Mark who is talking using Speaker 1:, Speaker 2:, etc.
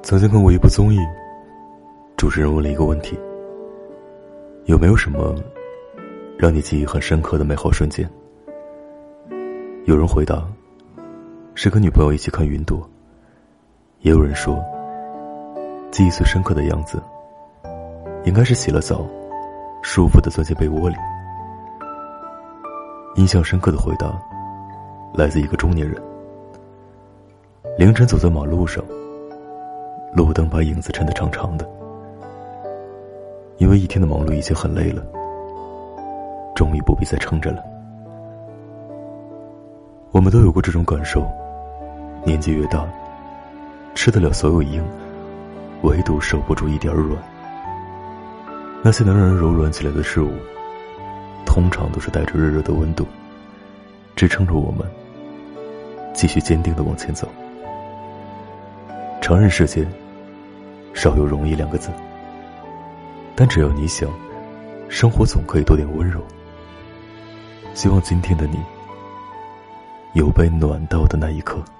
Speaker 1: 曾经看过一部综艺，主持人问了一个问题：有没有什么让你记忆很深刻的美好瞬间？有人回答是跟女朋友一起看云朵，也有人说记忆最深刻的样子应该是洗了澡舒服地钻进被窝里。印象深刻的回答来自一个中年人。凌晨走在马路上，路灯把影子衬得长长的，因为一天的忙碌已经很累了，终于不必再撑着了。我们都有过这种感受，年纪越大，吃得了所有硬，唯独守不住一点软。那些能让人柔软起来的事物，通常都是带着热热的温度，支撑着我们继续坚定地往前走。成人世界少有容易两个字，但只要你想，生活总可以多点温柔。希望今天的你有被暖到的那一刻。